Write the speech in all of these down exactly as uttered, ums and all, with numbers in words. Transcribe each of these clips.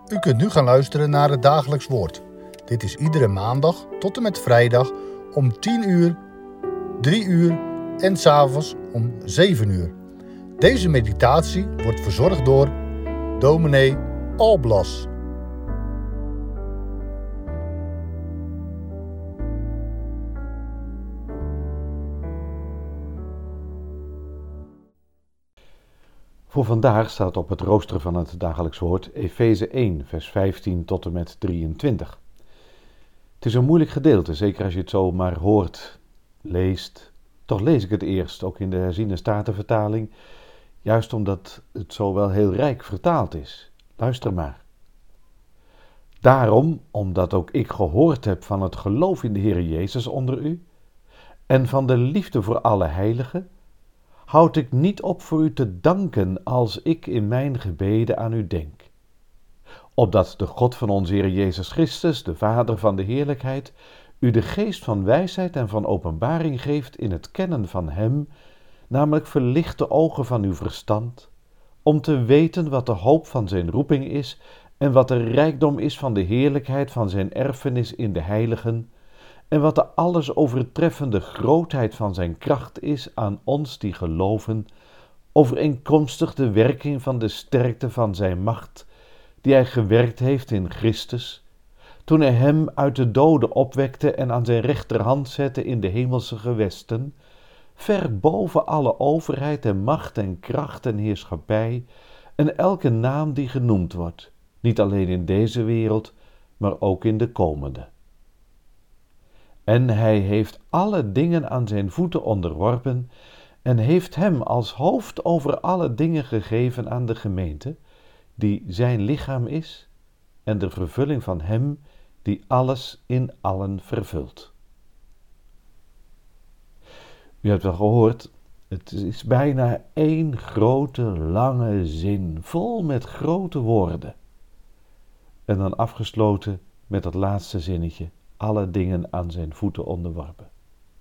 U kunt nu gaan luisteren naar het dagelijks woord. Dit is iedere maandag tot en met vrijdag om tien uur, drie uur en 's avonds om zeven uur. Deze meditatie wordt verzorgd door dominee Alblas. Voor vandaag staat op het rooster van het dagelijks woord Efeze één, vers vijftien tot en met drieëntwintig. Het is een moeilijk gedeelte, zeker als je het zo maar hoort, leest. Toch lees ik het eerst, ook in de herziene statenvertaling, juist omdat het zo wel heel rijk vertaald is. Luister maar. Daarom, omdat ook ik gehoord heb van het geloof in de Heer Jezus onder u, en van de liefde voor alle heiligen, houd ik niet op voor u te danken als ik in mijn gebeden aan u denk. Opdat de God van onze Heer Jezus Christus, de Vader van de heerlijkheid, u de geest van wijsheid en van openbaring geeft in het kennen van Hem, namelijk verlicht de ogen van uw verstand, om te weten wat de hoop van zijn roeping is en wat de rijkdom is van de heerlijkheid van zijn erfenis in de heiligen, en wat de alles overtreffende grootheid van zijn kracht is aan ons die geloven, overeenkomstig de werking van de sterkte van zijn macht, die hij gewerkt heeft in Christus, toen hij hem uit de doden opwekte en aan zijn rechterhand zette in de hemelse gewesten, ver boven alle overheid en macht en kracht en heerschappij, en elke naam die genoemd wordt, niet alleen in deze wereld, maar ook in de komende. En hij heeft alle dingen aan zijn voeten onderworpen en heeft hem als hoofd over alle dingen gegeven aan de gemeente, die zijn lichaam is en de vervulling van hem die alles in allen vervult. U hebt wel gehoord, het is bijna één grote lange zin, vol met grote woorden. En dan afgesloten met dat laatste zinnetje, alle dingen aan zijn voeten onderworpen.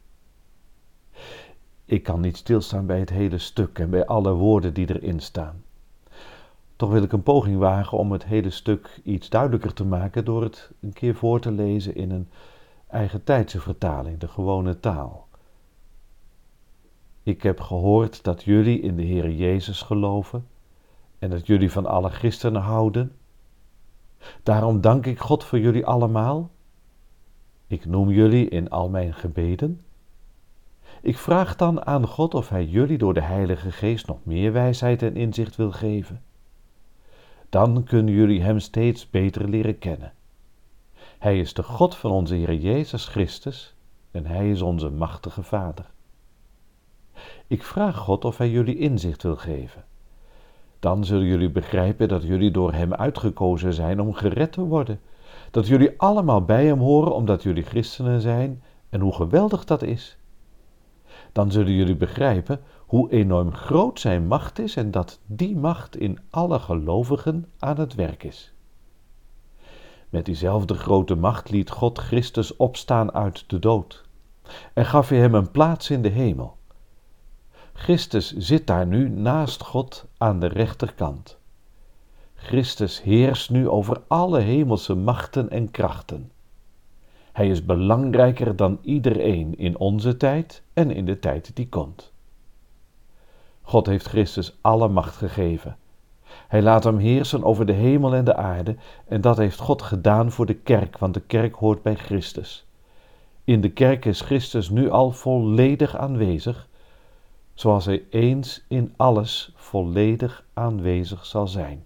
Ik kan niet stilstaan bij het hele stuk en bij alle woorden die erin staan. Toch wil ik een poging wagen om het hele stuk iets duidelijker te maken door het een keer voor te lezen in een eigen tijdse vertaling, de gewone taal. Ik heb gehoord dat jullie in de Heer Jezus geloven en dat jullie van alle christenen houden. Daarom dank ik God voor jullie allemaal. Ik noem jullie in al mijn gebeden. Ik vraag dan aan God of Hij jullie door de Heilige Geest nog meer wijsheid en inzicht wil geven. Dan kunnen jullie Hem steeds beter leren kennen. Hij is de God van onze Heer Jezus Christus en Hij is onze machtige Vader. Ik vraag God of Hij jullie inzicht wil geven. Dan zullen jullie begrijpen dat jullie door Hem uitgekozen zijn om gered te worden. Dat jullie allemaal bij Hem horen omdat jullie christenen zijn en hoe geweldig dat is. Dan zullen jullie begrijpen hoe enorm groot zijn macht is en dat die macht in alle gelovigen aan het werk is. Met diezelfde grote macht liet God Christus opstaan uit de dood en gaf hij hem een plaats in de hemel. Christus zit daar nu naast God aan de rechterkant. Christus heerst nu over alle hemelse machten en krachten. Hij is belangrijker dan iedereen in onze tijd en in de tijd die komt. God heeft Christus alle macht gegeven. Hij laat hem heersen over de hemel en de aarde en dat heeft God gedaan voor de kerk, want de kerk hoort bij Christus. In de kerk is Christus nu al volledig aanwezig, zoals hij eens in alles volledig aanwezig zal zijn.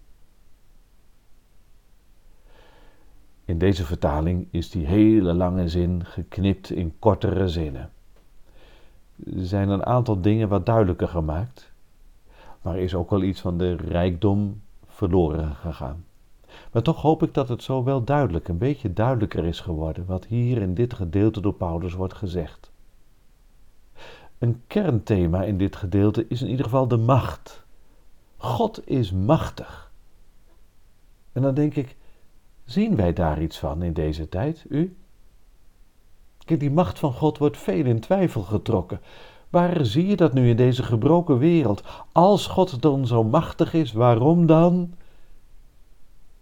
In deze vertaling is die hele lange zin geknipt in kortere zinnen. Er zijn een aantal dingen wat duidelijker gemaakt, maar er is ook wel iets van de rijkdom verloren gegaan. Maar toch hoop ik dat het zo wel duidelijk, een beetje duidelijker is geworden, wat hier in dit gedeelte door Paulus wordt gezegd. Een kernthema in dit gedeelte is in ieder geval de macht. God is machtig. En dan denk ik, zien wij daar iets van in deze tijd, u? Kijk, die macht van God wordt veel in twijfel getrokken. Waar zie je dat nu in deze gebroken wereld? Als God dan zo machtig is, waarom dan?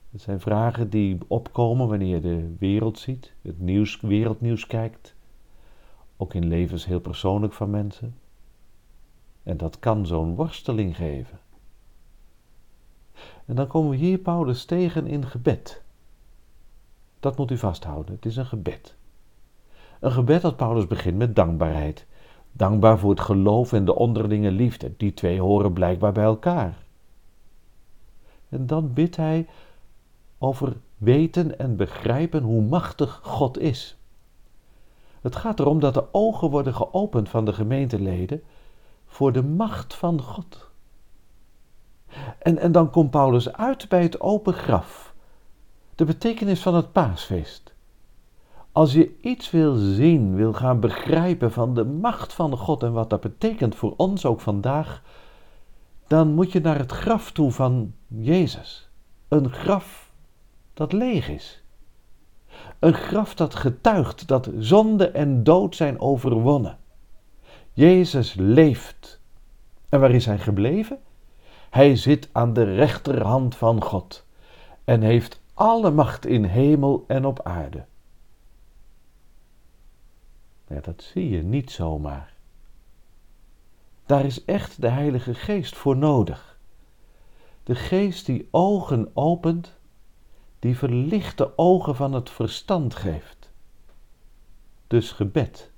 Het zijn vragen die opkomen wanneer je de wereld ziet, het nieuws, wereldnieuws kijkt. Ook in levens heel persoonlijk van mensen. En dat kan zo'n worsteling geven. En dan komen we hier Paulus tegen in gebed. Dat moet u vasthouden, het is een gebed. Een gebed dat Paulus begint met dankbaarheid. Dankbaar voor het geloof en de onderlinge liefde. Die twee horen blijkbaar bij elkaar. En dan bidt hij over weten en begrijpen hoe machtig God is. Het gaat erom dat de ogen worden geopend van de gemeenteleden voor de macht van God. En, en dan komt Paulus uit bij het open graf. De betekenis van het paasfeest. Als je iets wil zien, wil gaan begrijpen van de macht van God en wat dat betekent voor ons ook vandaag, dan moet je naar het graf toe van Jezus. Een graf dat leeg is. Een graf dat getuigt dat zonde en dood zijn overwonnen. Jezus leeft. En waar is hij gebleven? Hij zit aan de rechterhand van God en heeft alle macht in hemel en op aarde. Ja, dat zie je niet zomaar. Daar is echt de Heilige Geest voor nodig. De Geest die ogen opent, die verlichte ogen van het verstand geeft. Dus gebed.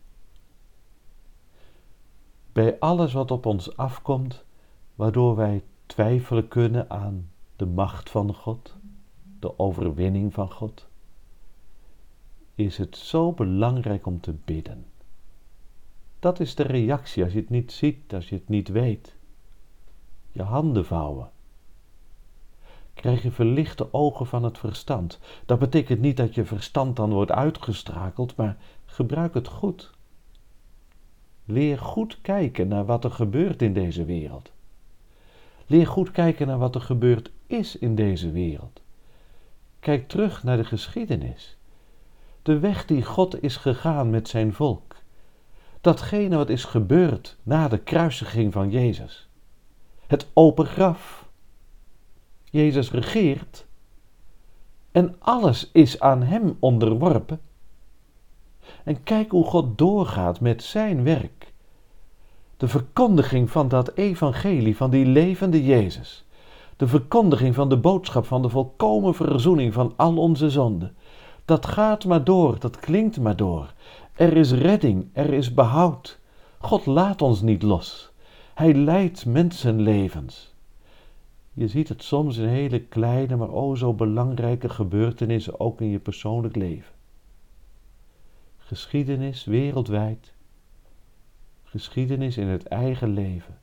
Bij alles wat op ons afkomt, waardoor wij twijfelen kunnen aan de macht van God, de overwinning van God, is het zo belangrijk om te bidden. Dat is de reactie als je het niet ziet, als je het niet weet. Je handen vouwen. Krijg je verlichte ogen van het verstand. Dat betekent niet dat je verstand dan wordt uitgeschakeld, maar gebruik het goed. Leer goed kijken naar wat er gebeurt in deze wereld. Leer goed kijken naar wat er gebeurd is in deze wereld. Kijk terug naar de geschiedenis. De weg die God is gegaan met zijn volk. Datgene wat is gebeurd na de kruisiging van Jezus. Het open graf. Jezus regeert en alles is aan hem onderworpen. En kijk hoe God doorgaat met zijn werk. De verkondiging van dat evangelie van die levende Jezus. De verkondiging van de boodschap van de volkomen verzoening van al onze zonden. Dat gaat maar door, dat klinkt maar door. Er is redding, er is behoud. God laat ons niet los. Hij leidt mensenlevens. Je ziet het soms in hele kleine, maar o zo belangrijke gebeurtenissen ook in je persoonlijk leven. Geschiedenis wereldwijd. Geschiedenis in het eigen leven.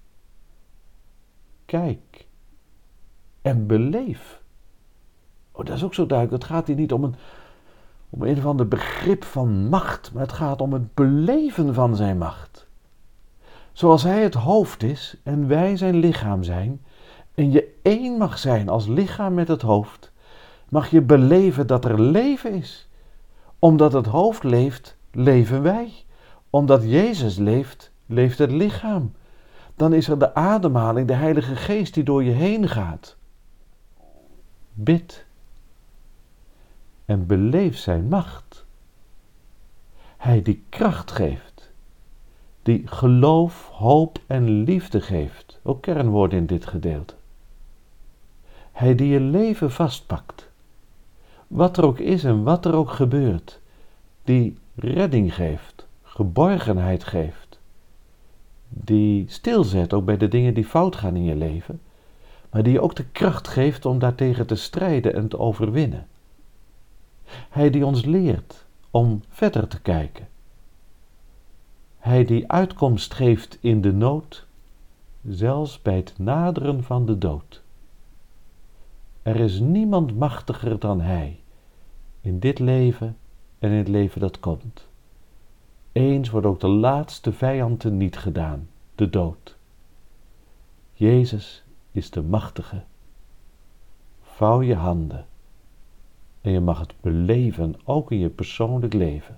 Kijk en beleef. Oh, dat is ook zo duidelijk. Het gaat hier niet om een, om een of ander begrip van macht, maar het gaat om het beleven van zijn macht. Zoals hij het hoofd is en wij zijn lichaam zijn, en je één mag zijn als lichaam met het hoofd, mag je beleven dat er leven is. Omdat het hoofd leeft, leven wij. Omdat Jezus leeft, leeft het lichaam. Dan is er de ademhaling, de Heilige Geest die door je heen gaat. Bid en beleef zijn macht. Hij die kracht geeft, die geloof, hoop en liefde geeft. Ook kernwoord in dit gedeelte. Hij die je leven vastpakt. Wat er ook is en wat er ook gebeurt. Die redding geeft, geborgenheid geeft. Die stilzet ook bij de dingen die fout gaan in je leven. Maar die je ook de kracht geeft om daartegen te strijden en te overwinnen. Hij die ons leert om verder te kijken. Hij die uitkomst geeft in de nood, zelfs bij het naderen van de dood. Er is niemand machtiger dan hij, in dit leven en in het leven dat komt. Eens wordt ook de laatste vijand teniet gedaan, de dood. Jezus is de machtige. Vouw je handen en je mag het beleven, ook in je persoonlijk leven.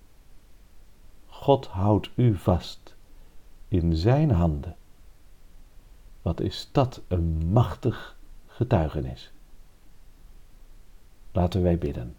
God houdt u vast in zijn handen. Wat is dat een machtig getuigenis. Laten wij bidden.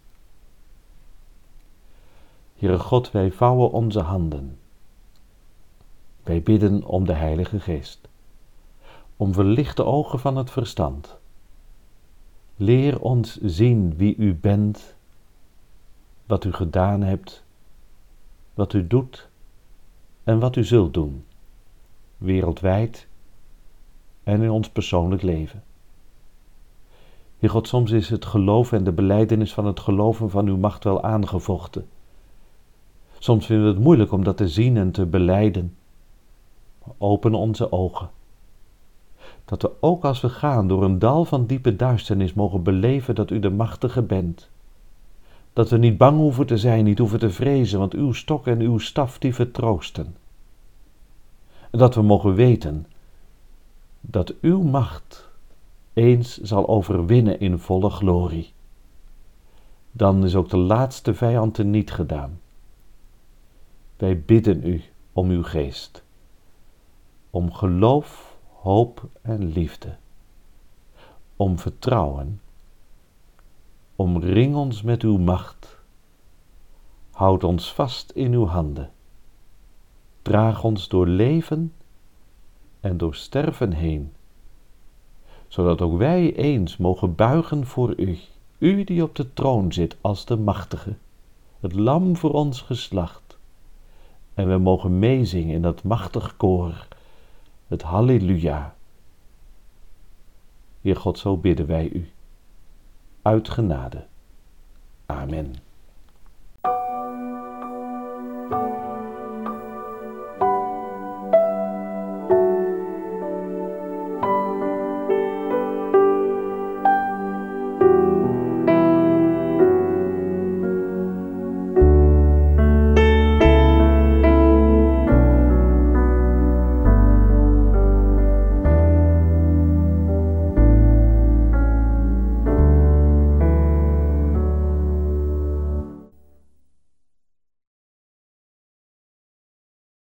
Heere God, wij vouwen onze handen. Wij bidden om de Heilige Geest, om verlichte ogen van het verstand. Leer ons zien wie u bent, wat u gedaan hebt, wat u doet en wat u zult doen, wereldwijd en in ons persoonlijk leven. Heer God, soms is het geloof en de belijdenis van het geloven van uw macht wel aangevochten. Soms vinden we het moeilijk om dat te zien en te belijden. Maar open onze ogen, dat we ook als we gaan door een dal van diepe duisternis mogen beleven dat u de machtige bent. Dat we niet bang hoeven te zijn, niet hoeven te vrezen, want uw stok en uw staf die vertroosten. En dat we mogen weten dat uw macht eens zal overwinnen in volle glorie. Dan is ook de laatste vijand teniet gedaan. Wij bidden u om uw geest, om geloof, hoop en liefde, om vertrouwen. Omring ons met uw macht, houd ons vast in uw handen, draag ons door leven en door sterven heen, zodat ook wij eens mogen buigen voor u, u die op de troon zit als de machtige, het lam voor ons geslacht, en we mogen meezingen in dat machtig koor, het Halleluja. Heer God, zo bidden wij u, uit genade. Amen.